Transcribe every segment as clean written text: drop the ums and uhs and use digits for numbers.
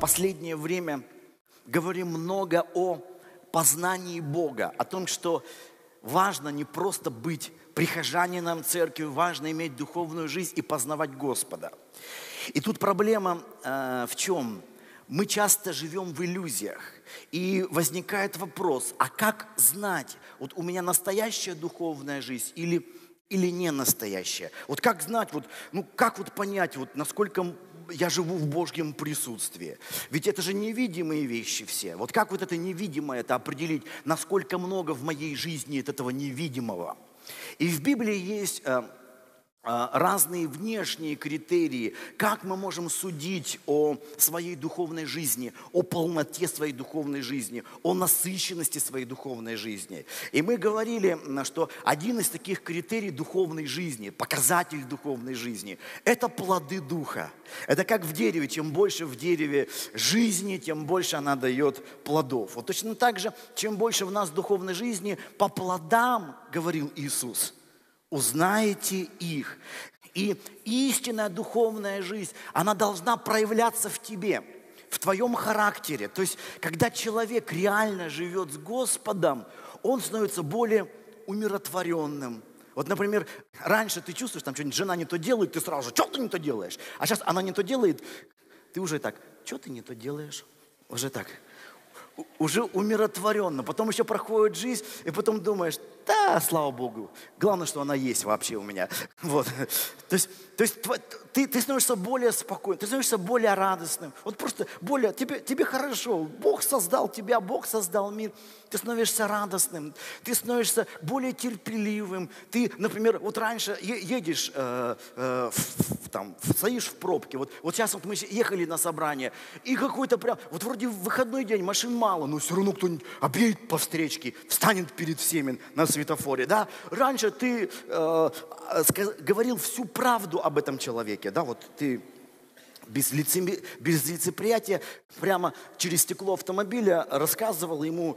последнее время говорим много о познании Бога, о том, что важно не просто быть прихожанином церкви, важно иметь духовную жизнь и познавать Господа. И тут проблема в чем? Мы часто живем в иллюзиях, и возникает вопрос, а как знать, вот у меня настоящая духовная жизнь или не настоящая? Вот как знать, как понять, насколько я живу в Божьем присутствии? Ведь это же невидимые вещи все. Вот как это невидимое это определить, насколько много в моей жизни этого невидимого? И в Библии есть разные внешние критерии, как мы можем судить о своей духовной жизни, о полноте своей духовной жизни, о насыщенности своей духовной жизни. И мы говорили, что один из таких критерий духовной жизни, показатель духовной жизни, это плоды Духа. Это как в дереве, чем больше в дереве жизни, тем больше она дает плодов. Вот точно так же, чем больше в нас духовной жизни, по плодам, говорил Иисус, узнаете их. И истинная духовная жизнь, она должна проявляться в тебе, в твоем характере. То есть, когда человек реально живет с Господом, он становится более умиротворенным. Вот, например, раньше ты чувствуешь, там что-нибудь жена не то делает, ты сразу же, что ты не то делаешь? А сейчас она не то делает, ты уже так, что ты не то делаешь? Уже так. Уже умиротворенно. Потом еще проходит жизнь, и потом думаешь, да, слава Богу, главное, что она есть вообще у меня. Вот. То есть ты становишься более спокойным, ты становишься более радостным. Вот просто более, тебе хорошо. Бог создал тебя, Бог создал мир. Ты становишься радостным, ты становишься более терпеливым. Ты, например, вот раньше едешь, стоишь в пробке. Вот сейчас мы ехали на собрание, и какой-то прям, вот вроде в выходной день, машин мало, но все равно кто-нибудь объедет по встречке, встанет перед всеми на светофоре. Да? Раньше ты говорил всю правду об этом человеке. Да? Вот ты без лицеприятия прямо через стекло автомобиля рассказывал ему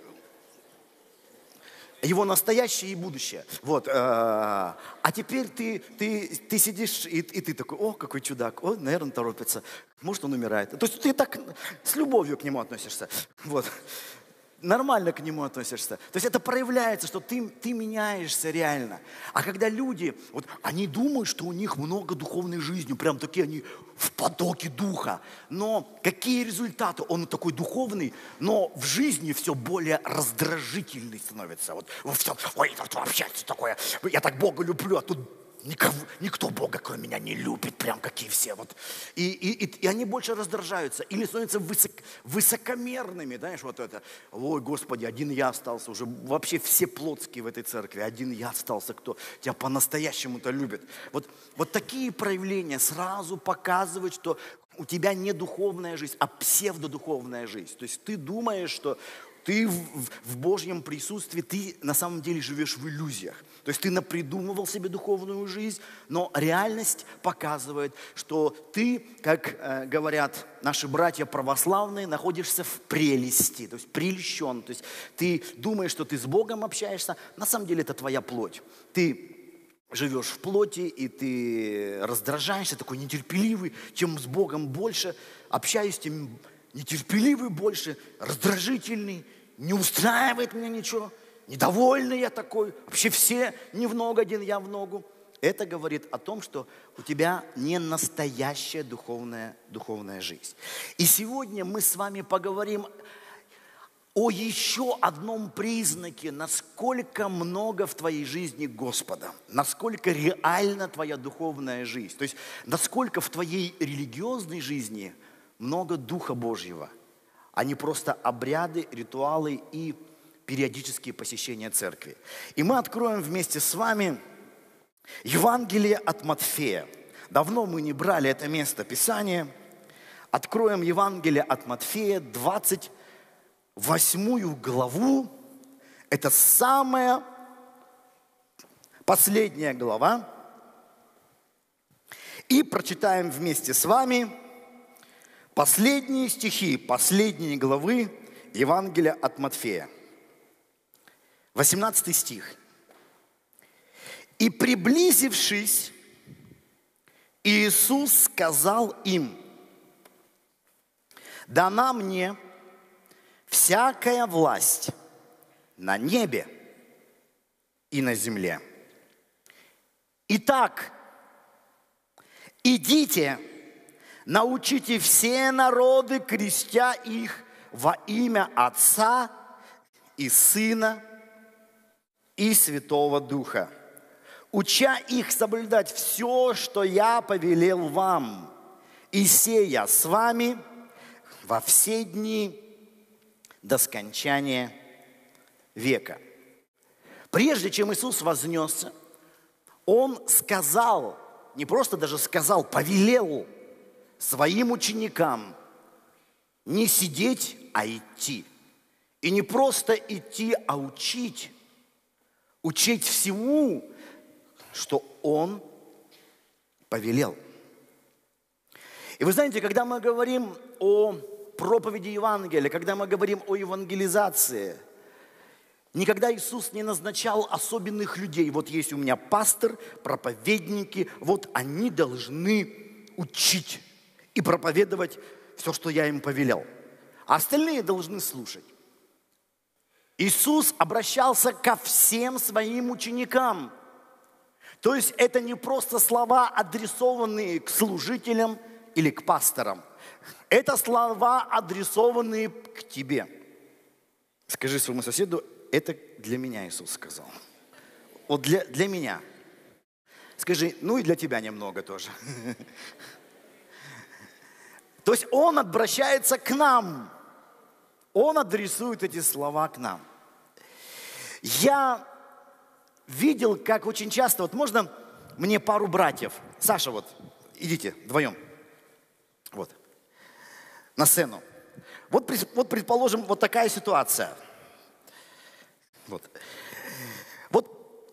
его настоящее и будущее. Вот. А теперь ты сидишь, и ты такой, о, какой чудак, о, наверное, торопится, может, он умирает. То есть ты так с любовью к нему относишься. Вот. Нормально к нему относишься. То есть это проявляется, что ты меняешься реально. А когда люди, они думают, что у них много духовной жизни, прям такие они в потоке духа. Но какие результаты? Он такой духовный, но в жизни все более раздражительный становится. Ой, это вообще такое, я так Бога люблю, а тут никто Бога, кроме меня, не любит, прям какие все. И они больше раздражаются или становятся высокомерными, знаешь, ой, Господи, один я остался, уже вообще все плотские в этой церкви, один я остался, кто тебя по-настоящему-то любит. Вот такие проявления сразу показывают, что у тебя не духовная жизнь, а псевдодуховная жизнь. То есть ты думаешь, что ты в Божьем присутствии, ты на самом деле живешь в иллюзиях. То есть ты напридумывал себе духовную жизнь, но реальность показывает, что ты, как говорят наши братья православные, находишься в прелести, то есть прельщен. То есть ты думаешь, что ты с Богом общаешься, на самом деле это твоя плоть. Ты живешь в плоти, и ты раздражаешься, такой нетерпеливый, чем с Богом больше общаюсь, тем нетерпеливый больше, раздражительный, не устраивает меня ничего, недовольный я такой, вообще все не в ногу, один я в ногу. Это говорит о том, что у тебя не настоящая духовная жизнь. И сегодня мы с вами поговорим о еще одном признаке, насколько много в твоей жизни Господа, насколько реальна твоя духовная жизнь, то есть насколько в твоей религиозной жизни много Духа Божьего, а не просто обряды, ритуалы и периодические посещения церкви. И мы откроем вместе с вами Евангелие от Матфея. Давно мы не брали это место Писания. Откроем Евангелие от Матфея, 28 главу. Это самая последняя глава. И прочитаем вместе с вами последние стихи, последние главы Евангелия от Матфея. 18 стих. «И приблизившись, Иисус сказал им: Дана мне всякая власть на небе и на земле. Итак, идите, научите все народы, крестя их во имя Отца и Сына и Святого Духа, уча их соблюдать все, что я повелел вам, и сея с вами во все дни до скончания века. Прежде чем Иисус вознесся, Он сказал, не просто даже сказал, повелел своим ученикам не сидеть, а идти. И не просто идти, а учить. Учить всему, что Он повелел. И вы знаете, когда мы говорим о проповеди Евангелия, когда мы говорим о евангелизации, никогда Иисус не назначал особенных людей. Вот есть у меня пастор, проповедники, вот они должны учить и проповедовать все, что я им повелел. А остальные должны слушать. Иисус обращался ко всем своим ученикам. То есть это не просто слова, адресованные к служителям или к пасторам. Это слова, адресованные к тебе. Скажи своему соседу, это для меня Иисус сказал. Вот для меня. Скажи, ну и для тебя немного тоже. То есть Он обращается к нам. Он адресует эти слова к нам. Я видел, как очень часто, вот можно мне пару братьев? Саша, вот, идите вдвоем. Вот. На сцену. Вот предположим, вот такая ситуация. Вот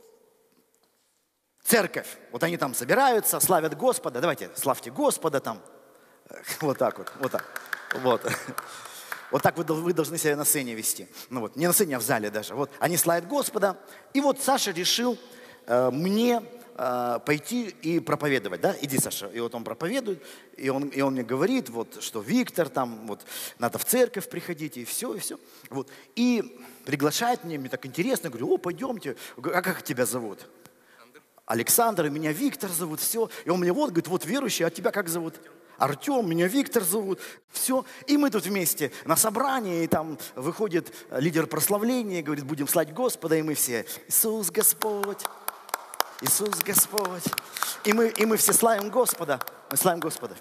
церковь. Вот они там собираются, славят Господа. Давайте, славьте Господа там. Вот так вот, вот так. Вот. Вот так вы должны себя на сцене вести. Ну вот, не на сцене, а в зале даже. Вот, они славят Господа. И вот Саша решил мне пойти и проповедовать, да? Иди, Саша. И вот он проповедует, и он мне говорит, вот, что Виктор, там, вот, надо в церковь приходить, и все, и все. Вот. И приглашает мне так интересно, говорю, о, пойдемте. А как тебя зовут? Александр, меня Виктор зовут, все. И он мне вот, говорит, вот верующий, а тебя как зовут? Артем, меня Виктор зовут, все. И мы тут вместе на собрании, и там выходит лидер прославления, говорит, будем славить Господа, и мы все, Иисус Господь, Иисус Господь. И мы все славим Господа, мы славим Господа.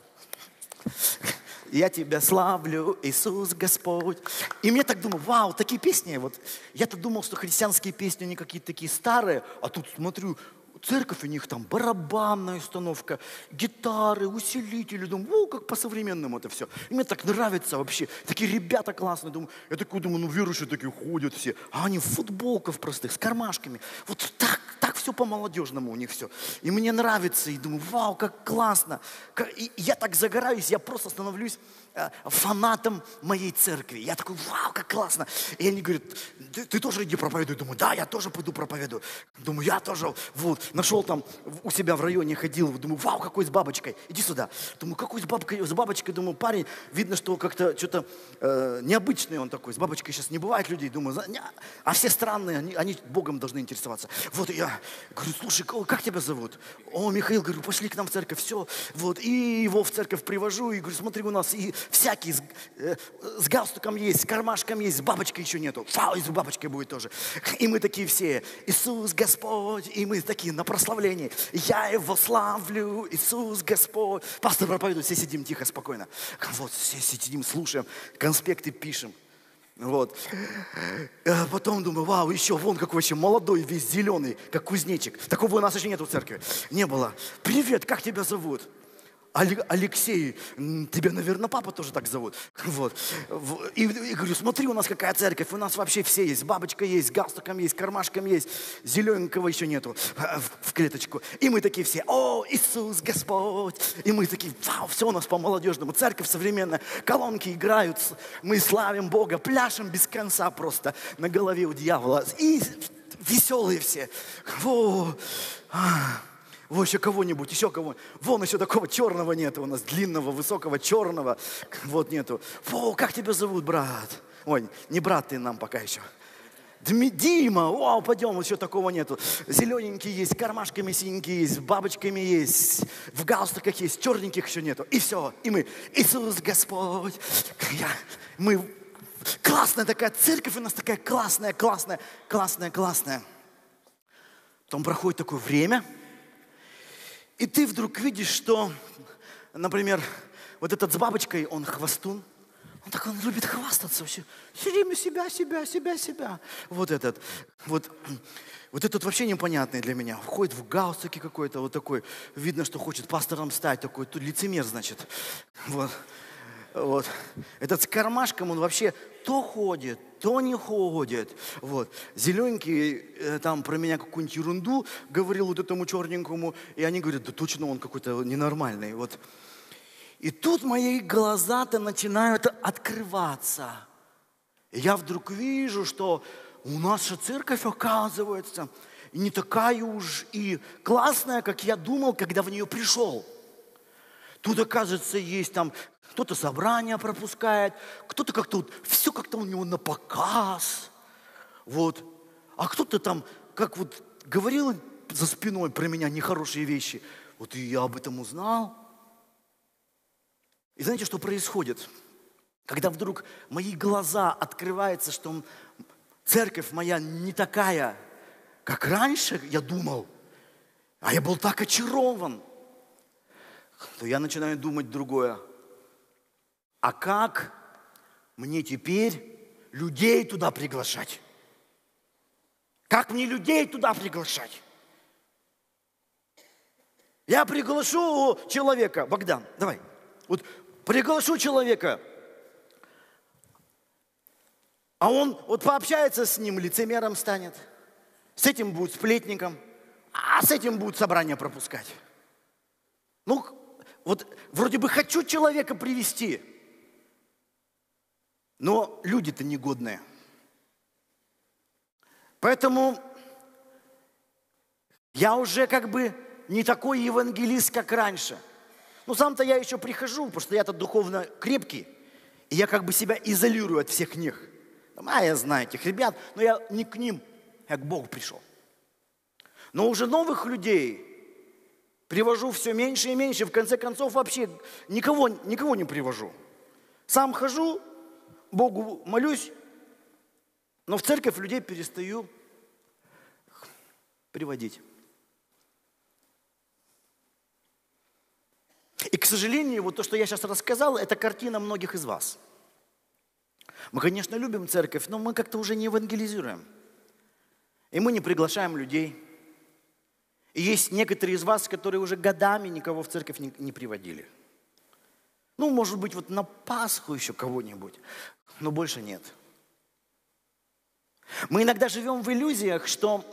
Я тебя славлю, Иисус Господь. И мне так думаю, вау, такие песни, вот. Я-то думал, что христианские песни, они какие-то такие старые, а тут смотрю, церковь у них там барабанная установка, гитары, усилители. Думаю, о, как по-современному это все. И мне так нравится вообще. Такие ребята классные. Я такой думаю, ну верующие такие ходят все. А они в футболках простых, с кармашками. Вот так все по-молодежному у них все. И мне нравится. И думаю, вау, как классно. И я так загораюсь, я просто становлюсь фанатом моей церкви. Я такой, вау, как классно. И они говорят, ты тоже иди проповедуй. Думаю, да, я тоже пойду проповедую. Думаю, я тоже, вот, нашел там у себя в районе, ходил. Думаю, вау, какой с бабочкой. Иди сюда. Думаю, какой с бабочкой. Думаю, парень, видно, что как-то что-то необычный он такой. С бабочкой сейчас не бывает людей. Думаю, а все странные, они Богом должны интересоваться. Вот и я говорю, слушай, как тебя зовут? О, Михаил, говорю, пошли к нам в церковь. Все, вот, и его в церковь привожу. И говорю, смотри, у нас и всякие с галстуком есть, с кармашком есть, с бабочкой еще нету. Фау, и с бабочкой будет тоже. И мы такие все, Иисус Господь, и мы такие на прославлении. Я Его славлю, Иисус Господь. Пастор проповедует, все сидим тихо, спокойно. Вот, все сидим, слушаем, конспекты пишем. Вот. А потом думаю, вау, еще вон какой вообще молодой, весь зеленый, как кузнечик. Такого у нас еще нет в церкви. Не было. Привет, как тебя зовут? Алексей, тебя, наверное, папа тоже так зовут. Вот. И говорю, смотри, у нас какая церковь, у нас вообще все есть. Бабочка есть, с галстуком есть, кармашком есть, зелененького еще нету в клеточку. И мы такие все, о, Иисус Господь. И мы такие, вау, все у нас по-молодежному. Церковь современная, колонки играют, мы славим Бога, пляшем без конца просто на голове у дьявола. И веселые все. Вообще кого-нибудь, еще кого-нибудь. Вон еще такого черного нету у нас, длинного, высокого, черного. Вот нету. Фу, как тебя зовут, брат? Ой, не брат ты нам пока еще. Дима, вау, пойдем, еще такого нету. Зелененький есть, кармашками синенький есть, бабочками есть, в галстуках есть, черненьких еще нету. И все, и мы, Иисус Господь. Мы, классная такая церковь у нас такая классная. Потом проходит такое время, и ты вдруг видишь, что, например, вот этот с бабочкой, он хвостун. Он любит хвастаться вообще. Все время себя. Вот этот вообще непонятный для меня. Входит в галстуке какой-то, вот такой. Видно, что хочет пастором стать, такой тут лицемер, значит. Вот. Этот с кармашком, он вообще то ходит, то не ходит. Вот. Зелененький там про меня какую-нибудь ерунду говорил вот этому черненькому, и они говорят, да точно он какой-то ненормальный. Вот. И тут мои глаза-то начинают открываться. И я вдруг вижу, что у нас же церковь, оказывается, не такая уж и классная, как я думал, когда в нее пришел. Тут, оказывается, есть там, кто-то собрания пропускает, кто-то как-то вот, все как-то у него на показ. Вот. А кто-то там, как вот говорил за спиной про меня нехорошие вещи. Вот и я об этом узнал. И знаете, что происходит? Когда вдруг мои глаза открываются, что церковь моя не такая, как раньше я думал, а я был так очарован, то я начинаю думать другое. А как мне теперь людей туда приглашать? Как мне людей туда приглашать? Я приглашу человека, Богдан, давай. Вот приглашу человека, а он вот пообщается с ним, лицемером станет, с этим будет сплетником, а с этим будет собрание пропускать. Ну, вот вроде бы хочу человека привести, но люди-то негодные. Поэтому я уже как бы не такой евангелист, как раньше. Ну, сам-то я еще прихожу, потому что я-то духовно крепкий, и я как бы себя изолирую от всех них. Я знаю этих ребят, но я не к ним, я к Богу пришел. Но уже новых людей привожу все меньше и меньше, в конце концов вообще никого не привожу. Сам хожу, Богу молюсь, но в церковь людей перестаю приводить. И, к сожалению, вот то, что я сейчас рассказал, это картина многих из вас. Мы, конечно, любим церковь, но мы как-то уже не евангелизируем. И мы не приглашаем людей. И есть некоторые из вас, которые уже годами никого в церковь не приводили. Ну, может быть, вот на Пасху еще кого-нибудь, но больше нет. Мы иногда живем в иллюзиях, что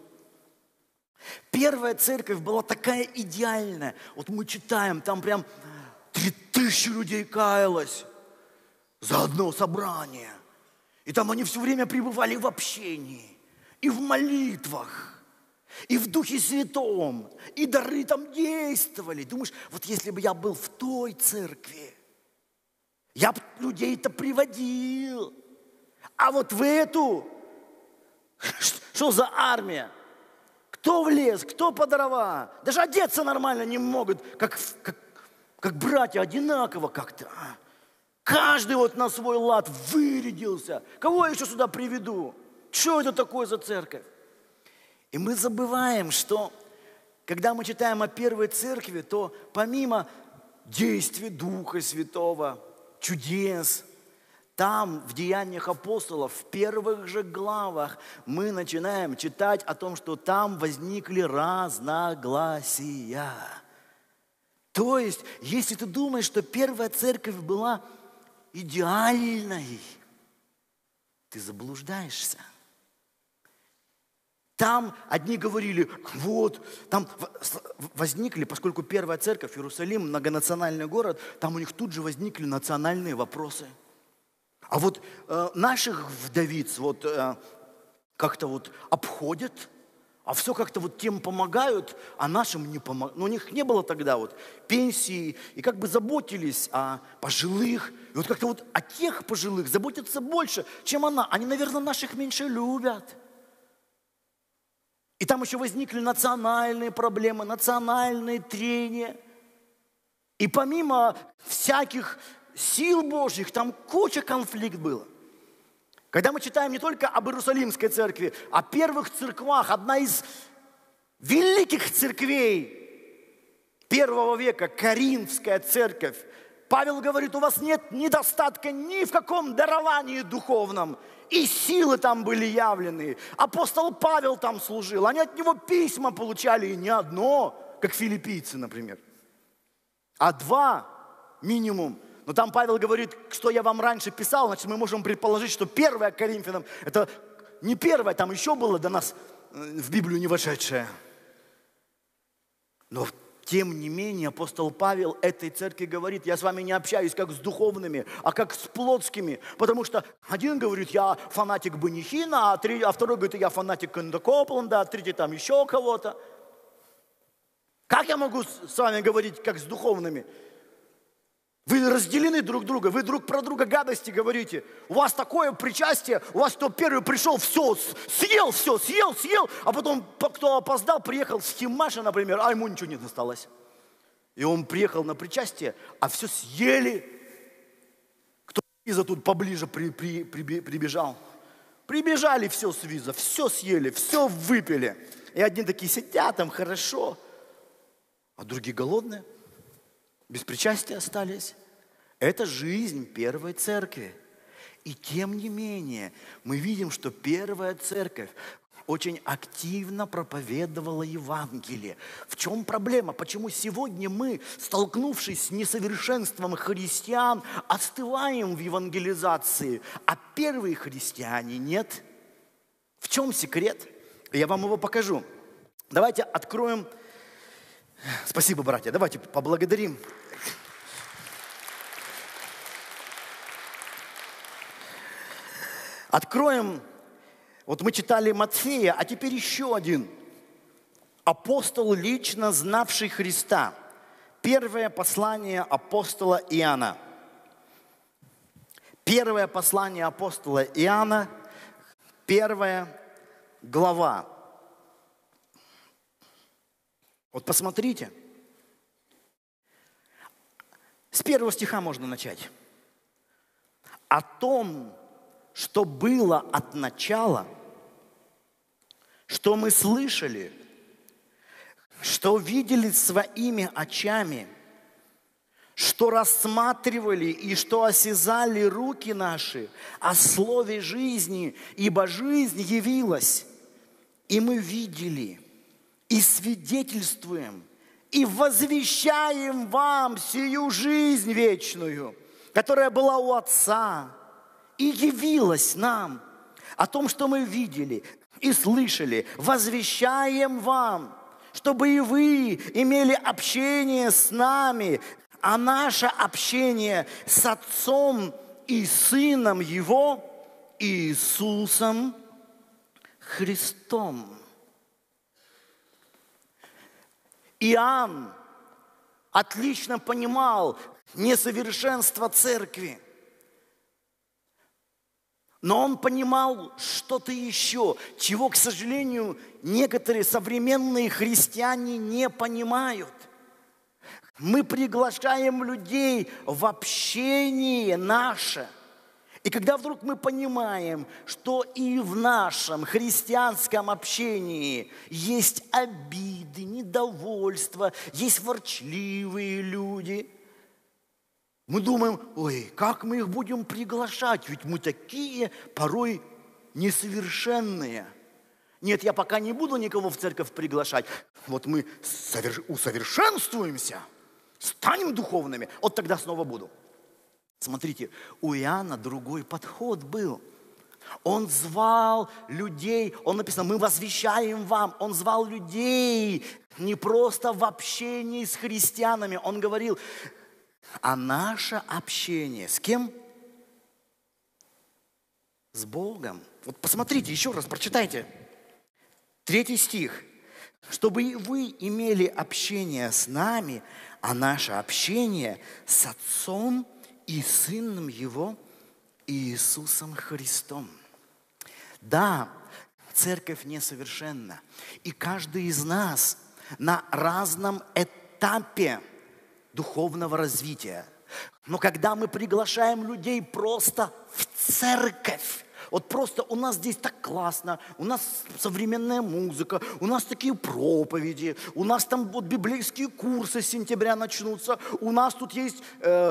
первая церковь была такая идеальная. Вот мы читаем, там прям 3000 людей каялось за одно собрание. И там они все время пребывали в общении, и в молитвах, и в Духе Святом, и дары там действовали. Думаешь, вот если бы я был в той церкви, я бы людей-то приводил. А вот в эту, что за армия? Кто в лес, кто по дрова? Даже одеться нормально не могут, как братья, одинаково как-то. Каждый вот на свой лад вырядился. Кого я еще сюда приведу? Что это такое за церковь? И мы забываем, что когда мы читаем о первой церкви, то помимо действий Духа Святого, чудес, там, в Деяниях апостолов, в первых же главах, мы начинаем читать о том, что там возникли разногласия. То есть, если ты думаешь, что первая церковь была идеальной, ты заблуждаешься. Там одни говорили, вот, там возникли, поскольку первая церковь, Иерусалим, многонациональный город, там у них тут же возникли национальные вопросы. А вот наших вдовиц вот как-то вот обходят, а все как-то вот тем помогают, а нашим не помогают. Но у них не было тогда вот пенсии, и как бы заботились о пожилых. И вот как-то вот о тех пожилых заботятся больше, чем она. Они, наверное, наших меньше любят. И там еще возникли национальные проблемы, национальные трения. И помимо всяких сил Божьих, там куча конфликтов было. Когда мы читаем не только об Иерусалимской церкви, о первых церквах, одна из великих церквей первого века, Коринфская церковь, Павел говорит, у вас нет недостатка ни в каком даровании духовном. И силы там были явлены. Апостол Павел там служил. Они от него письма получали, и не одно, как филиппийцы, например, а 2 минимум. Но там Павел говорит, что я вам раньше писал, значит, мы можем предположить, что 1 Коринфянам, это не 1, там еще было до нас в Библию не вошедшее. Но тем не менее апостол Павел этой церкви говорит, я с вами не общаюсь как с духовными, а как с плотскими. Потому что один говорит, я фанатик Банихина, а второй говорит, я фанатик Кенда Копланда, а третий там еще кого-то. Как я могу с вами говорить как с духовными? Вы разделены друг друга, вы друг про друга гадости говорите. У вас такое причастие, у вас кто первый пришел, все, съел, а потом кто опоздал, приехал с Химаша, например, а ему ничего не досталось. И он приехал на причастие, а все съели. Кто из виза тут поближе прибежал. Прибежали все с виза, все съели, все выпили. И одни такие сидят там хорошо, а другие голодные. Без причастия остались. Это жизнь первой церкви. И тем не менее, мы видим, что первая церковь очень активно проповедовала Евангелие. В чем проблема? Почему сегодня мы, столкнувшись с несовершенством христиан, остываем в евангелизации, а первые христиане нет? В чем секрет? Я вам его покажу. Давайте откроем. Спасибо, братья. Давайте поблагодарим. Откроем, вот мы читали Матфея, а теперь еще один апостол, лично знавший Христа. Первое послание апостола Иоанна. Первое послание апостола Иоанна, 1 глава. Вот посмотрите. С 1 стиха можно начать. О том, что было от начала, что мы слышали, что видели своими очами, что рассматривали и что осязали руки наши о слове жизни, ибо жизнь явилась, и мы видели, и свидетельствуем, и возвещаем вам сию жизнь вечную, которая была у Отца, и явилась нам. О том, что мы видели и слышали, возвещаем вам, чтобы и вы имели общение с нами, а наше общение с Отцом и Сыном Его, Иисусом Христом. Иоанн отлично понимал несовершенство церкви. Но он понимал что-то еще, чего, к сожалению, некоторые современные христиане не понимают. Мы приглашаем людей в общение наше. И когда вдруг мы понимаем, что и в нашем христианском общении есть обиды, недовольство, есть ворчливые люди, мы думаем, ой, как мы их будем приглашать, ведь мы такие порой несовершенные. Нет, я пока не буду никого в церковь приглашать. Вот мы усовершенствуемся, станем духовными, вот тогда снова буду. Смотрите, у Иоанна другой подход был. Он звал людей, он написано, мы возвещаем вам. Он звал людей не просто в общении с христианами. Он говорил, а наше общение с кем? С Богом. Вот посмотрите, еще раз прочитайте. 3 стих. Чтобы и вы имели общение с нами, а наше общение с Отцом и Сыном Его Иисусом Христом. Да, церковь несовершенна, и каждый из нас на разном этапе духовного развития. Но когда мы приглашаем людей просто в церковь, вот просто у нас здесь так классно, у нас современная музыка, у нас такие проповеди, у нас там вот библейские курсы с сентября начнутся, у нас тут есть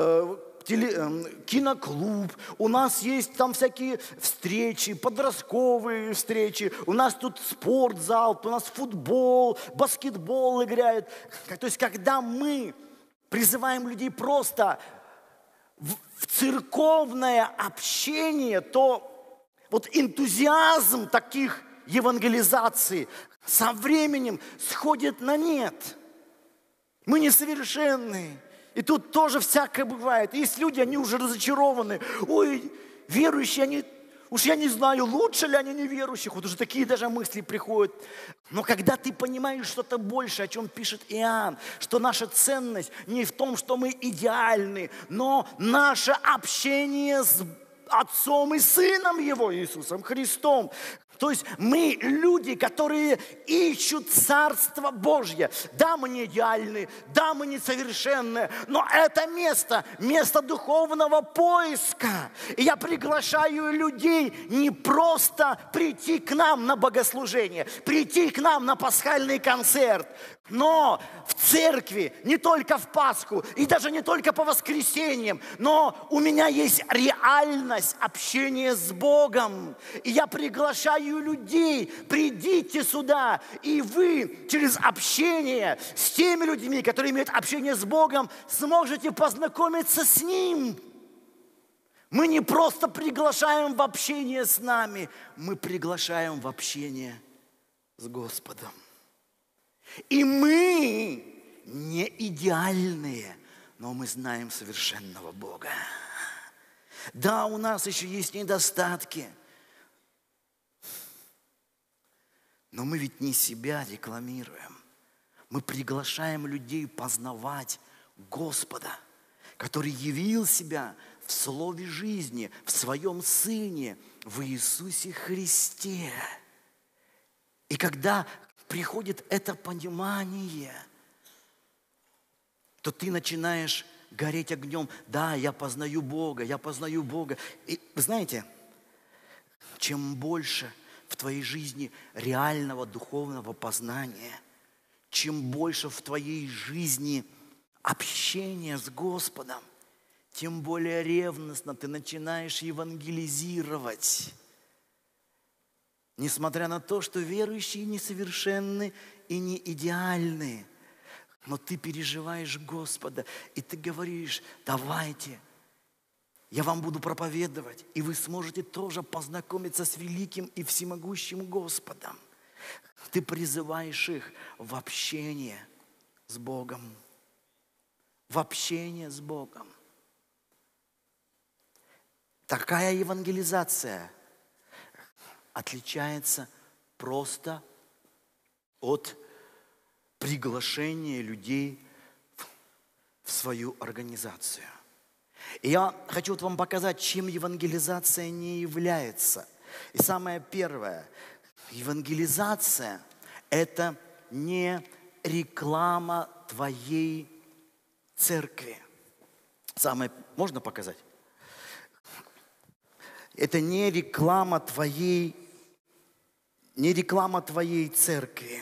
киноклуб, у нас есть там всякие встречи, подростковые встречи, у нас тут спортзал, у нас футбол, баскетбол играет. То есть когда мы призываем людей просто в церковное общение, то вот энтузиазм таких евангелизаций со временем сходит на нет. Мы несовершенны. И тут тоже всякое бывает. Есть люди, они уже разочарованы. Ой, верующие, они, уж я не знаю, лучше ли они неверующих. Вот уже такие даже мысли приходят. Но когда ты понимаешь что-то больше, о чем пишет Иоанн, что наша ценность не в том, что мы идеальны, но наше общение с Отцом и Сыном Его, Иисусом Христом. То есть мы люди, которые ищут Царство Божье. Да, мы не идеальны, да, мы несовершенны, но это место духовного поиска. И я приглашаю людей не просто прийти к нам на богослужение, прийти к нам на пасхальный концерт, но в церкви, не только в Пасху, и даже не только по воскресеньям, но у меня есть реальность общения с Богом. И я приглашаю людей, придите сюда, и вы через общение с теми людьми, которые имеют общение с Богом, сможете познакомиться с Ним. Мы не просто приглашаем в общение с нами, мы приглашаем в общение с Господом. И мы не идеальные, но мы знаем совершенного Бога. Да, у нас еще есть недостатки, но мы ведь не себя рекламируем. Мы приглашаем людей познавать Господа, который явил себя в слове жизни, в своем Сыне, в Иисусе Христе. И когда приходит это понимание, то ты начинаешь гореть огнем. Да, я познаю Бога, я познаю Бога. И вы знаете, чем больше в твоей жизни реального духовного познания, чем больше в твоей жизни общения с Господом, тем более ревностно ты начинаешь евангелизировать. Несмотря на то, что верующие несовершенны и не идеальны, но ты переживаешь Господа, и ты говоришь: давайте, я вам буду проповедовать, и вы сможете тоже познакомиться с великим и всемогущим Господом. Ты призываешь их в общение с Богом. В общение с Богом. Такая евангелизация отличается просто от приглашения людей в свою организацию. И я хочу вот вам показать, чем евангелизация не является. И самое первое, евангелизация – это не реклама твоей церкви. Можно показать? Это не реклама твоей церкви.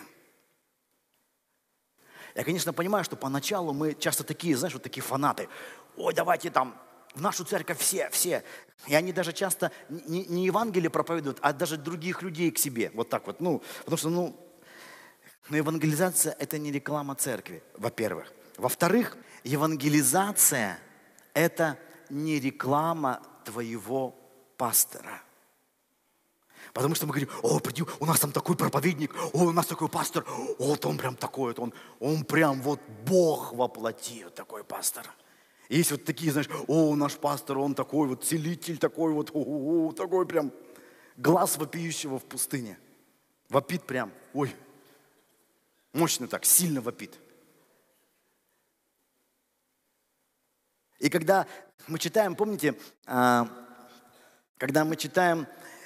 Я, конечно, понимаю, что поначалу мы часто такие, знаешь, вот такие фанаты. Ой, давайте там в нашу церковь все. И они даже часто не Евангелие проповедуют, а даже других людей к себе. Вот так вот. Потому что, но евангелизация – это не реклама церкви, во-первых. Во-вторых, евангелизация – это не реклама твоего пастора. Потому что мы говорим: о, приди, у нас там такой проповедник, о, у нас такой пастор, вот он прям такой, он прям вот Бог воплоти, вот такой пастор. Есть вот такие, знаешь: о, наш пастор, он такой вот целитель, такой вот, такой прям глаз вопиющего в пустыне. Вопит прям. Ой, мощно так, сильно вопит. И когда мы читаем, помните, когда мы читаем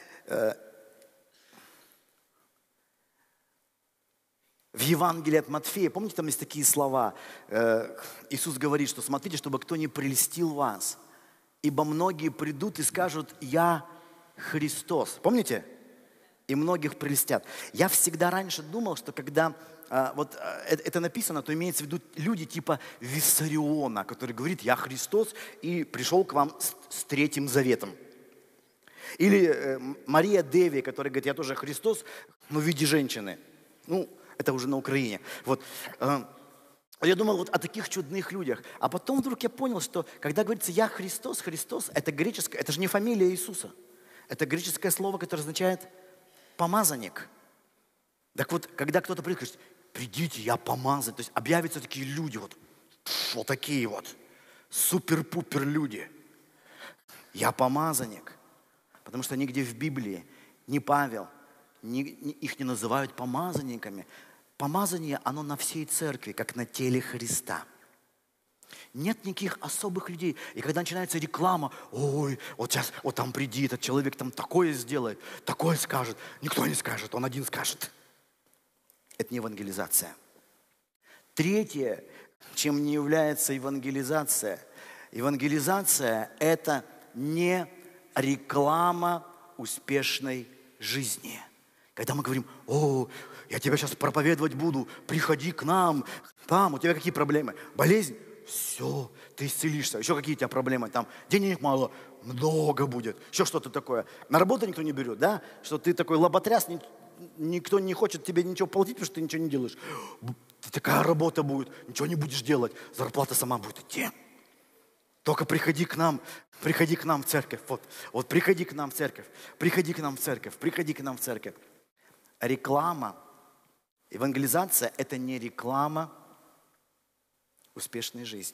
в Евангелии от Матфея, помните, там есть такие слова, Иисус говорит, что смотрите, чтобы кто не прельстил вас, ибо многие придут и скажут: «Я Христос». Помните? И многих прельстят. Я всегда раньше думал, что когда это написано, то имеется в виду люди типа Виссариона, который говорит: «Я Христос и пришел к вам с Третьим Заветом». Или Мария Деви, которая говорит: «Я тоже Христос, но в виде женщины». Ну, это уже на Украине. Вот. Я думал вот о таких чудных людях. А потом вдруг я понял, что когда говорится «Я Христос», Христос – это греческое, это же не фамилия Иисуса. Это греческое слово, которое означает «помазанник». Так вот, когда кто-то придет, говорит: «Придите, я помазан», то есть объявятся такие люди, вот такие вот, супер-пупер люди. Я помазанник. Потому что нигде в Библии ни Павел, их не называют помазанниками. Помазание, оно на всей церкви, как на теле Христа. Нет никаких особых людей. И когда начинается реклама: «Ой, вот сейчас, вот там приди, этот человек там такое сделает, такое скажет». Никто не скажет, он один скажет. Это не евангелизация. Третье, чем не является евангелизация. Евангелизация – это не реклама успешной жизни. Когда мы говорим: «О, я тебя сейчас проповедовать буду, приходи к нам, там, у тебя какие проблемы? Болезнь? Все, ты исцелишься. Еще какие у тебя проблемы? Там денег мало, много будет. Еще что-то такое. На работу никто не берет, да? Что ты такой лоботряс, никто не хочет тебе ничего платить, потому что ты ничего не делаешь. Такая работа будет, ничего не будешь делать, зарплата сама будет идти. Только приходи к нам в церковь. Вот приходи к нам в церковь, приходи к нам в церковь, приходи к нам в церковь». Реклама, евангелизация – это не реклама успешной жизни.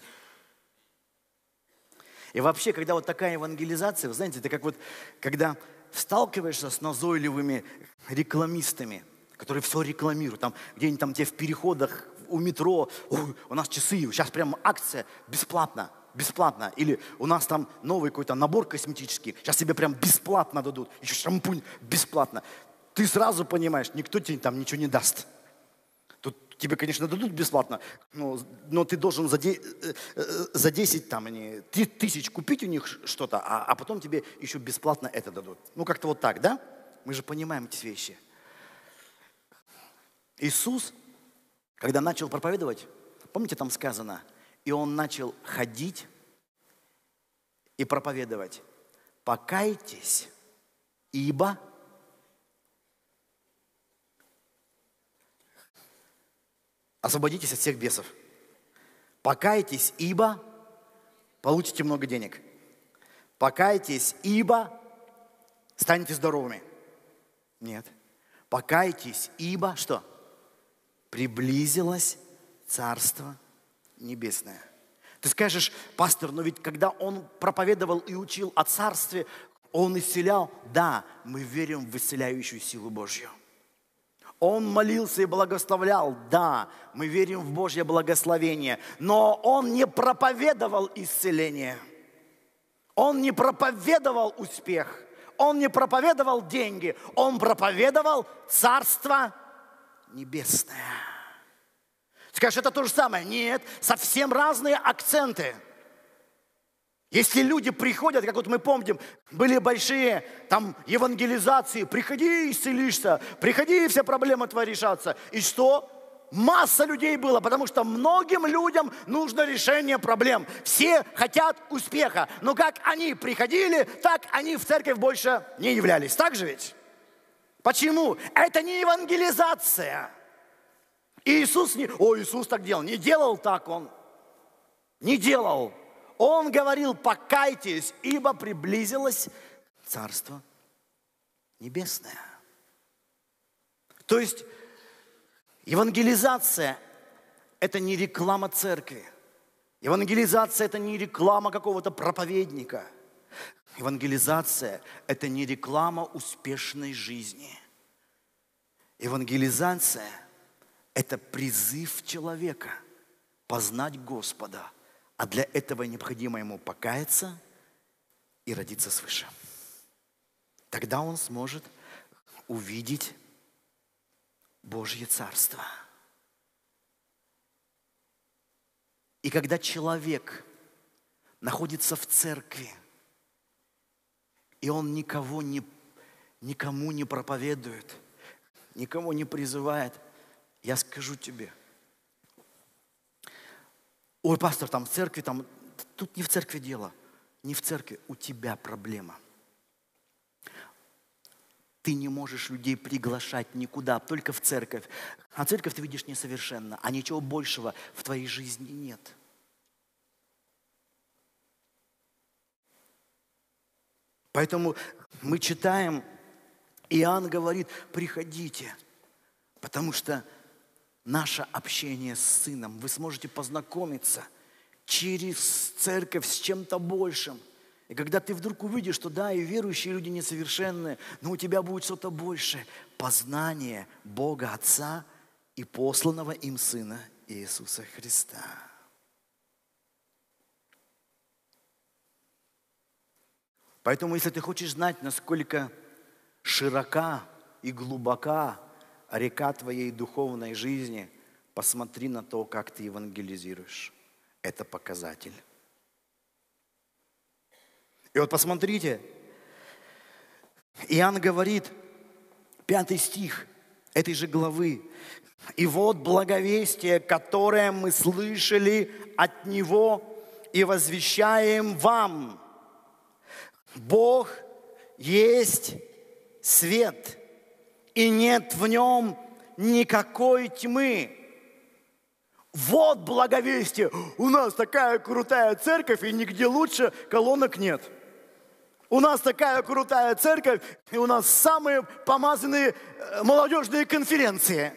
И вообще, когда вот такая евангелизация, вы знаете, это как вот, когда сталкиваешься с назойливыми рекламистами, которые все рекламируют, там где-нибудь там тебе в переходах у метро: «Ой, у нас часы, сейчас прям акция, бесплатно. Или у нас там новый какой-то набор косметический, сейчас тебе прям бесплатно дадут, еще шампунь бесплатно». Ты сразу понимаешь, никто тебе там ничего не даст. Тут тебе, конечно, дадут бесплатно, но ты должен за 10 тысяч купить у них что-то, а потом тебе еще бесплатно это дадут. Ну, как-то вот так, да? Мы же понимаем эти вещи. Иисус, когда начал проповедовать, помните, там сказано: «И Он начал ходить и проповедовать: покайтесь, ибо…» Освободитесь от всех бесов. Покайтесь, ибо получите много денег. Покайтесь, ибо станете здоровыми. Нет. Покайтесь, ибо что? Приблизилось Царство Небесное. Ты скажешь: пастор, но ведь когда он проповедовал и учил о Царстве, он исцелял. Да, мы верим в исцеляющую силу Божью. Он молился и благословлял. Да, мы верим в Божье благословение. Но он не проповедовал исцеление. Он не проповедовал успех. Он не проповедовал деньги. Он проповедовал Царство Небесное. Скажешь, это то же самое? Нет, совсем разные акценты. Если люди приходят, как вот мы помним, были большие там евангелизации: приходи, исцелишься, приходи, все проблемы твои решатся. И что? Масса людей было, потому что многим людям нужно решение проблем. Все хотят успеха, но как они приходили, так они в церковь больше не являлись. Так же ведь? Почему? Это не евангелизация. И Иисус так делал. Не делал так он. Не делал. Он говорил: покайтесь, ибо приблизилось Царство Небесное. То есть евангелизация – это не реклама церкви. Евангелизация – это не реклама какого-то проповедника. Евангелизация – это не реклама успешной жизни. Евангелизация – это призыв человека познать Господа, а для этого необходимо ему покаяться и родиться свыше. Тогда он сможет увидеть Божье Царство. И когда человек находится в церкви, и он никому не проповедует, никому не призывает, я скажу тебе: ой, пастор, там в церкви, тут не в церкви дело, не в церкви, у тебя проблема. Ты не можешь людей приглашать никуда, только в церковь. А церковь ты видишь несовершенно, а ничего большего в твоей жизни нет. Поэтому мы читаем, Иоанн говорит: приходите, потому что наше общение с Сыном, вы сможете познакомиться через церковь с чем-то большим. И когда ты вдруг увидишь, что да, и верующие люди несовершенные, но у тебя будет что-то большее – познание Бога Отца и посланного им Сына Иисуса Христа. Поэтому, если ты хочешь знать, насколько широка и глубока река твоей духовной жизни, посмотри на то, как ты евангелизируешь. Это показатель. И вот посмотрите, Иоанн говорит, 5 стих этой же главы: «И вот благовестие, которое мы слышали от Него и возвещаем вам. Бог есть свет, и нет в нем никакой тьмы». Вот благовестие. У нас такая крутая церковь, и нигде лучше колонок нет. У нас такая крутая церковь, и у нас самые помазанные молодежные конференции.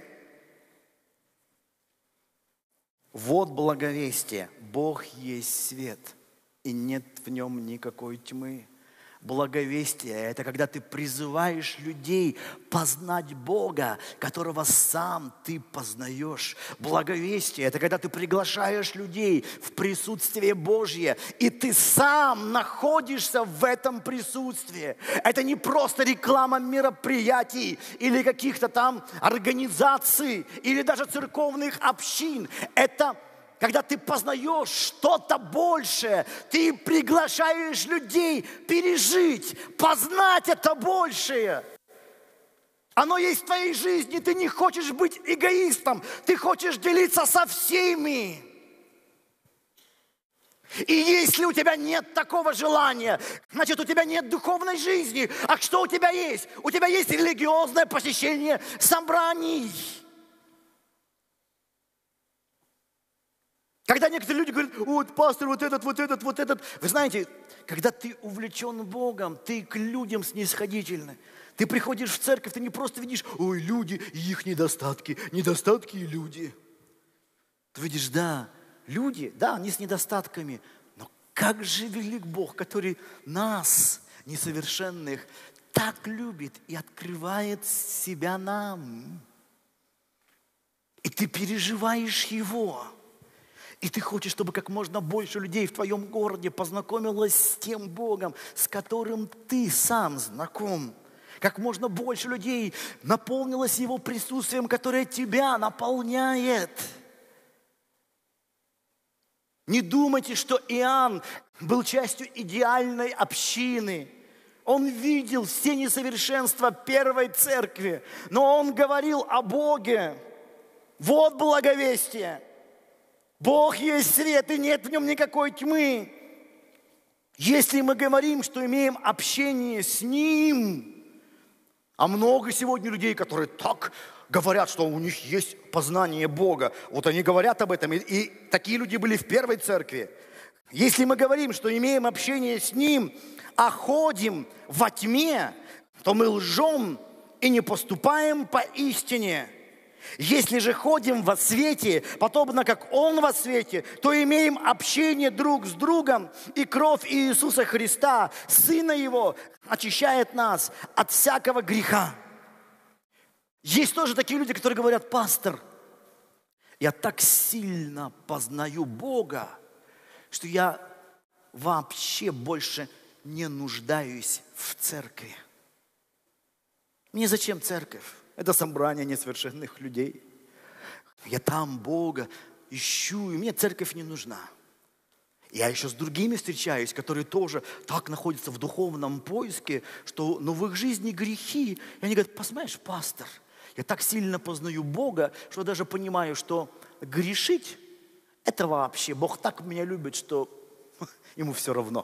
Вот благовестие. Бог есть свет, и нет в нем никакой тьмы. Благовестие – это когда ты призываешь людей познать Бога, которого сам ты познаешь. Благовестие – это когда ты приглашаешь людей в присутствие Божье, и ты сам находишься в этом присутствии. Это не просто реклама мероприятий или каких-то там организаций, или даже церковных общин. Это когда ты познаешь что-то большее, ты приглашаешь людей пережить, познать это большее. Оно есть в твоей жизни, ты не хочешь быть эгоистом, ты хочешь делиться со всеми. И если у тебя нет такого желания, значит, у тебя нет духовной жизни. А что у тебя есть? У тебя есть религиозное посещение собраний. Когда некоторые люди говорят: вот пастор, вот этот. Вы знаете, когда ты увлечен Богом, ты к людям снисходительный. Ты приходишь в церковь, ты не просто видишь: ой, люди и их недостатки и люди. Ты видишь, да, люди, да, они с недостатками, но как же велик Бог, который нас, несовершенных, так любит и открывает себя нам. И ты переживаешь Его. И ты хочешь, чтобы как можно больше людей в твоем городе познакомилось с тем Богом, с которым ты сам знаком. Как можно больше людей наполнилось Его присутствием, которое тебя наполняет. Не думайте, что Иоанн был частью идеальной общины. Он видел все несовершенства первой церкви, но он говорил о Боге. Вот благовестие. Бог есть свет, и нет в нем никакой тьмы. Если мы говорим, что имеем общение с Ним, а много сегодня людей, которые так говорят, что у них есть познание Бога. Вот они говорят об этом, и такие люди были в первой церкви. Если мы говорим, что имеем общение с Ним, а ходим во тьме, то мы лжем и не поступаем по истине. Если же ходим во свете, подобно как Он во свете, то имеем общение друг с другом, и кровь Иисуса Христа, Сына Его, очищает нас от всякого греха. Есть тоже такие люди, которые говорят: пастор, я так сильно познаю Бога, что я вообще больше не нуждаюсь в церкви. Мне зачем церковь? Это собрание несовершенных людей. Я там Бога ищу, и мне церковь не нужна. Я еще с другими встречаюсь, которые тоже так находятся в духовном поиске, что в их жизни грехи. И они говорят: посмотришь, пастор, я так сильно познаю Бога, что даже понимаю, что грешить – это вообще, Бог так меня любит, что ему все равно.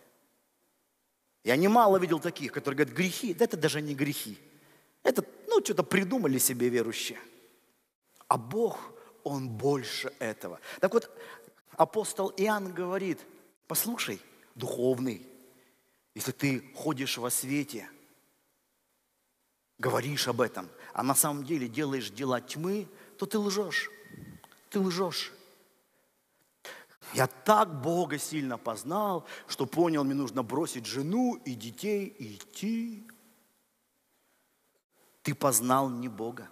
Я немало видел таких, которые говорят: грехи, да это даже не грехи. Это, что-то придумали себе верующие. А Бог, Он больше этого. Так вот, апостол Иоанн говорит: послушай, духовный, если ты ходишь во свете, говоришь об этом, а на самом деле делаешь дела тьмы, то ты лжешь. Ты лжешь. Я так Бога сильно познал, что понял, мне нужно бросить жену и детей и идти. Ты познал не Бога.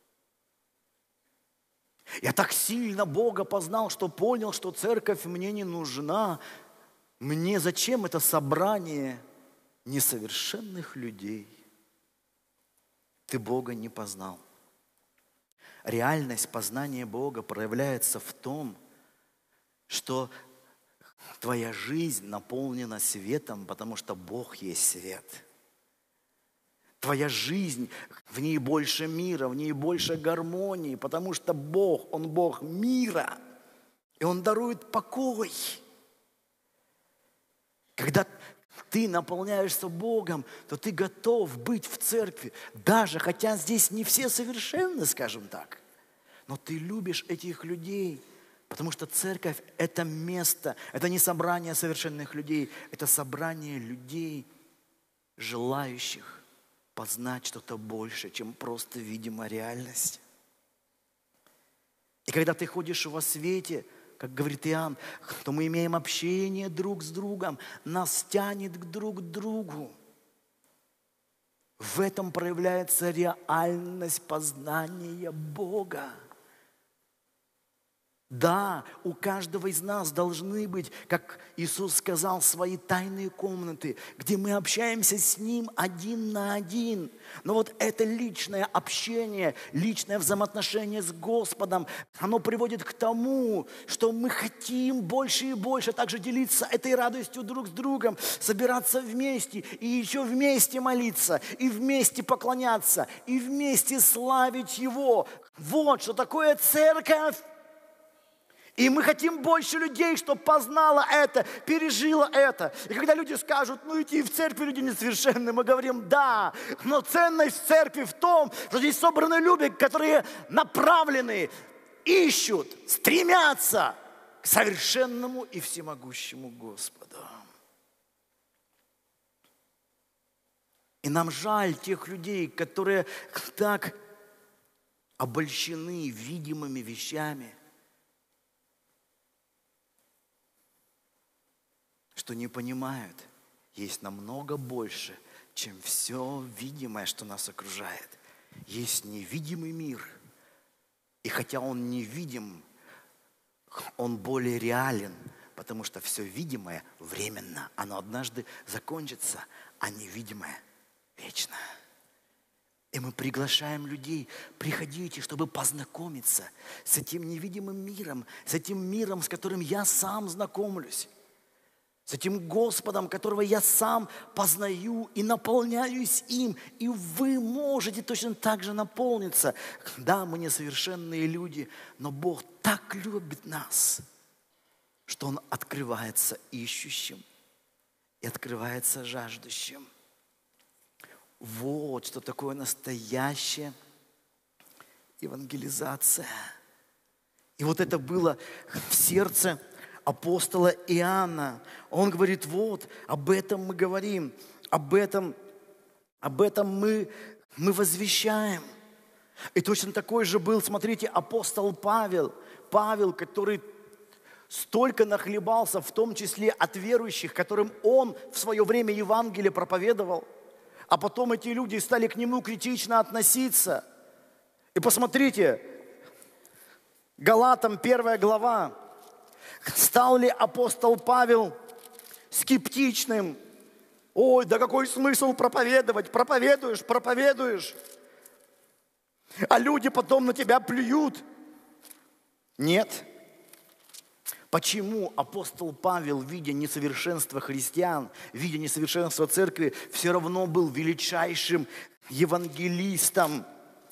Я так сильно Бога познал, что понял, что церковь мне не нужна. Мне зачем это собрание несовершенных людей? Ты Бога не познал. Реальность познания Бога проявляется в том, что твоя жизнь наполнена светом, потому что Бог есть свет. Твоя жизнь, в ней больше мира, в ней больше гармонии, потому что Бог, Он Бог мира, и Он дарует покой. Когда ты наполняешься Богом, то ты готов быть в церкви, даже хотя здесь не все совершенны, скажем так, но ты любишь этих людей, потому что церковь – это место, это не собрание совершенных людей, это собрание людей, желающих познать что-то больше, чем просто видимая реальность. И когда ты ходишь во свете, как говорит Иоанн, то мы имеем общение друг с другом, нас тянет друг к другу. В этом проявляется реальность познания Бога. Да, у каждого из нас должны быть, как Иисус сказал, свои тайные комнаты, где мы общаемся с Ним один на один. Но вот это личное общение, личное взаимоотношение с Господом, оно приводит к тому, что мы хотим больше и больше также делиться этой радостью друг с другом, собираться вместе и еще вместе молиться, и вместе поклоняться, и вместе славить Его. Вот что такое церковь. И мы хотим больше людей, чтобы познало это, пережило это. И когда люди скажут: идти в церковь, люди несовершенны, мы говорим: да, но ценность в церкви в том, что здесь собраны люди, которые направлены, ищут, стремятся к совершенному и всемогущему Господу. И нам жаль тех людей, которые так обольщены видимыми вещами, что не понимают, есть намного больше, чем все видимое, что нас окружает. Есть невидимый мир. И хотя он невидим, он более реален, потому что все видимое временно. Оно однажды закончится, а невидимое вечно. И мы приглашаем людей: приходите, чтобы познакомиться с этим невидимым миром, с этим миром, с которым я сам знакомлюсь. С этим Господом, которого я сам познаю и наполняюсь им. И вы можете точно так же наполниться. Да, мы несовершенные люди, но Бог так любит нас, что Он открывается ищущим и открывается жаждущим. Вот что такое настоящая евангелизация. И вот это было в сердце апостола Иоанна. Он говорит: вот, об этом мы говорим, об этом мы возвещаем. И точно такой же был, смотрите, апостол Павел. Павел, который столько нахлебался, в том числе от верующих, которым он в свое время Евангелие проповедовал. А потом эти люди стали к нему критично относиться. И посмотрите, Галатам 1 глава. Стал ли апостол Павел скептичным? Ой, да какой смысл проповедовать? Проповедуешь. А люди потом на тебя плюют. Нет. Почему апостол Павел, видя несовершенство христиан, видя несовершенство церкви, все равно был величайшим евангелистом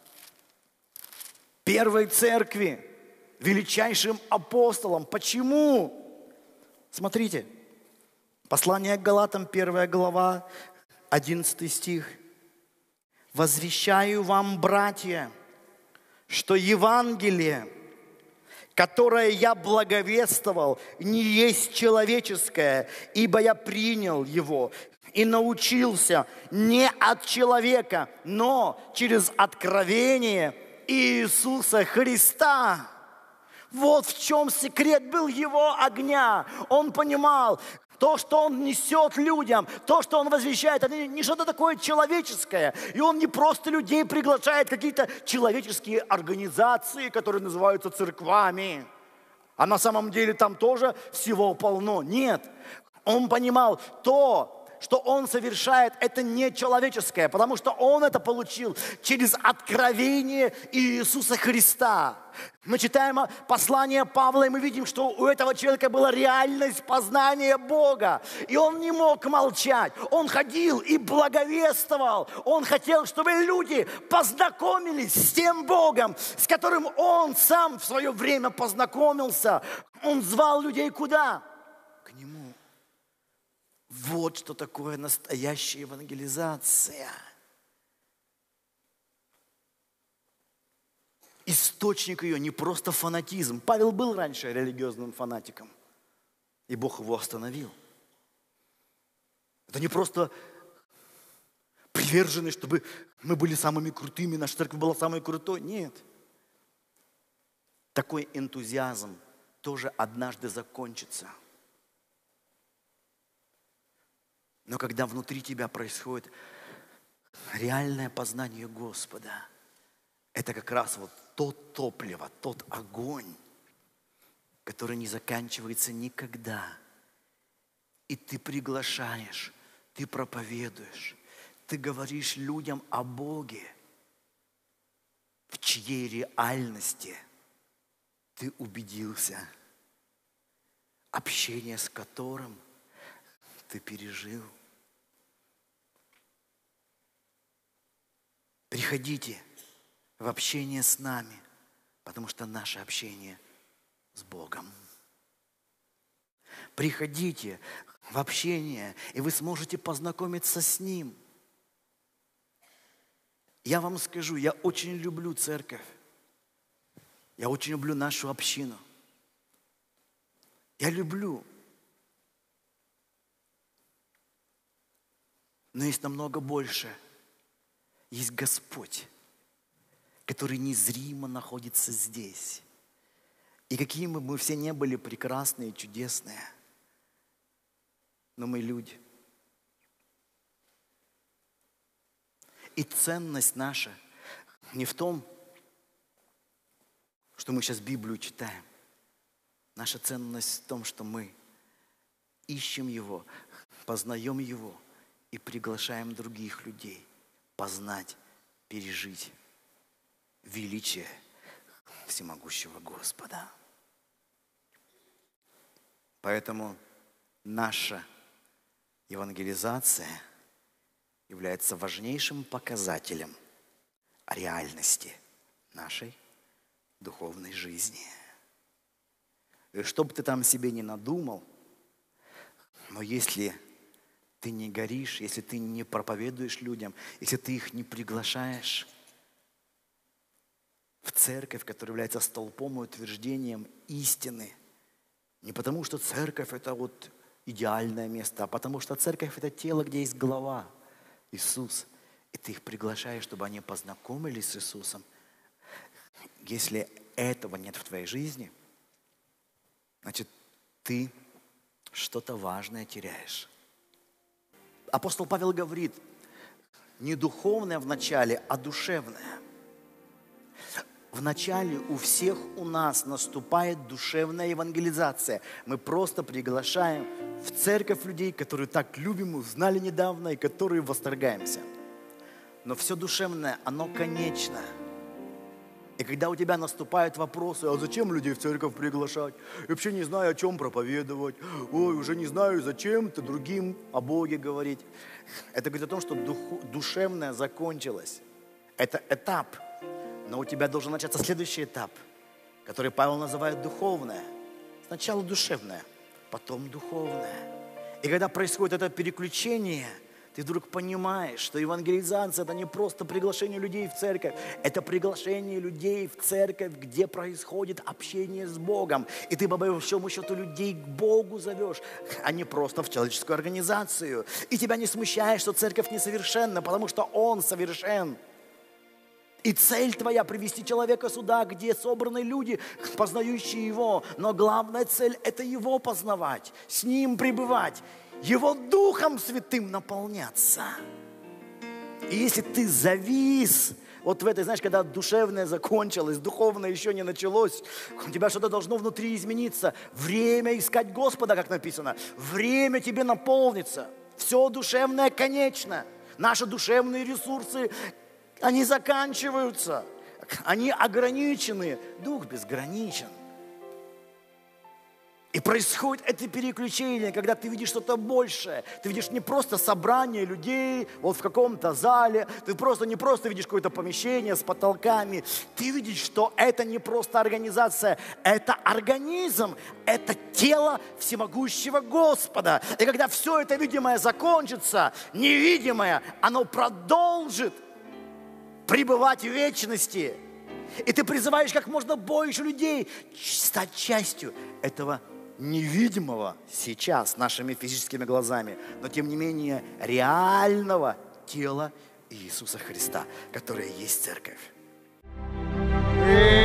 первой церкви, величайшим апостолом? Почему? Смотрите, послание к Галатам, 1 глава, 11 стих. «Возвещаю вам, братья, что Евангелие, которое я благовествовал, не есть человеческое, ибо я принял его и научился не от человека, но через откровение Иисуса Христа». Вот в чем секрет был его огня. Он понимал, то, что он несет людям, то, что он возвещает, это не что-то такое человеческое. И он не просто людей приглашает в какие-то человеческие организации, которые называются церквами. А на самом деле там тоже всего полно. Нет. Он понимал, то, что он совершает, это не человеческое, потому что он это получил через откровение Иисуса Христа. Мы читаем послание Павла, и мы видим, что у этого человека была реальность познания Бога. И он не мог молчать. Он ходил и благовествовал. Он хотел, чтобы люди познакомились с тем Богом, с которым он сам в свое время познакомился. Он звал людей куда? К Нему. Вот что такое настоящая евангелизация. Источник ее не просто фанатизм. Павел был раньше религиозным фанатиком, и Бог его остановил. Это не просто приверженность, чтобы мы были самыми крутыми, наша церковь была самой крутой. Нет. Такой энтузиазм тоже однажды закончится. Но когда внутри тебя происходит реальное познание Господа, это как раз вот то топливо, тот огонь, который не заканчивается никогда. И ты приглашаешь, ты проповедуешь, ты говоришь людям о Боге, в чьей реальности ты убедился, общение с которым ты пережил. Приходите в общение с нами, потому что наше общение с Богом. Приходите в общение, и вы сможете познакомиться с Ним. Я вам скажу, я очень люблю церковь. Я очень люблю нашу общину. Я люблю. Но есть намного больше. Есть Господь, который незримо находится здесь. И какие бы мы все не были прекрасные и чудесные, но мы люди. И ценность наша не в том, что мы сейчас Библию читаем. Наша ценность в том, что мы ищем Его, познаем Его и приглашаем других людей познать, пережить величие всемогущего Господа. Поэтому наша евангелизация является важнейшим показателем реальности нашей духовной жизни. И что бы ты там себе не надумал, но если ты не горишь, если ты не проповедуешь людям, если ты их не приглашаешь в церковь, которая является столпом и утверждением истины, не потому что церковь это вот идеальное место, а потому что церковь это тело, где есть глава, Иисус. И ты их приглашаешь, чтобы они познакомились с Иисусом. Если этого нет в твоей жизни, значит, ты что-то важное теряешь. Апостол Павел говорит, не духовное вначале, а душевное. Вначале у всех у нас наступает душевная евангелизация. Мы просто приглашаем в церковь людей, которые так любим, узнали недавно и которые восторгаемся. Но все душевное, оно конечно. И когда у тебя наступают вопросы, а зачем людей в церковь приглашать? Я вообще не знаю, о чем проповедовать. Ой, уже не знаю, зачем-то другим о Боге говорить. Это говорит о том, что душевное закончилось. Это этап. Но у тебя должен начаться следующий этап, который Павел называет духовное. Сначала душевное, потом духовное. И когда происходит это переключение, ты вдруг понимаешь, что евангелизация – это не просто приглашение людей в церковь, это приглашение людей в церковь, где происходит общение с Богом. И ты, по большому счету, людей к Богу зовешь, а не просто в человеческую организацию. И тебя не смущает, что церковь несовершенна, потому что Он совершен. И цель твоя – привести человека сюда, где собраны люди, познающие Его. Но главная цель – это Его познавать, с Ним пребывать, Его Духом Святым наполняться. И если ты завис вот в этой, знаешь, когда душевное закончилось, духовное еще не началось, у тебя что-то должно внутри измениться. Время искать Господа, как написано. Время тебе наполнится. Все душевное конечно. Наши душевные ресурсы, они заканчиваются, они ограничены, Дух безграничен. И происходит это переключение, когда ты видишь что-то большее. Ты видишь не просто собрание людей вот в каком-то зале, ты не просто видишь какое-то помещение с потолками. Ты видишь, что это не просто организация, это организм, это тело всемогущего Господа. И когда все это видимое закончится, невидимое, оно продолжит пребывать в вечности. И ты призываешь как можно больше людей стать частью этого невидимого сейчас нашими физическими глазами, но тем не менее реального тела Иисуса Христа, которое есть церковь.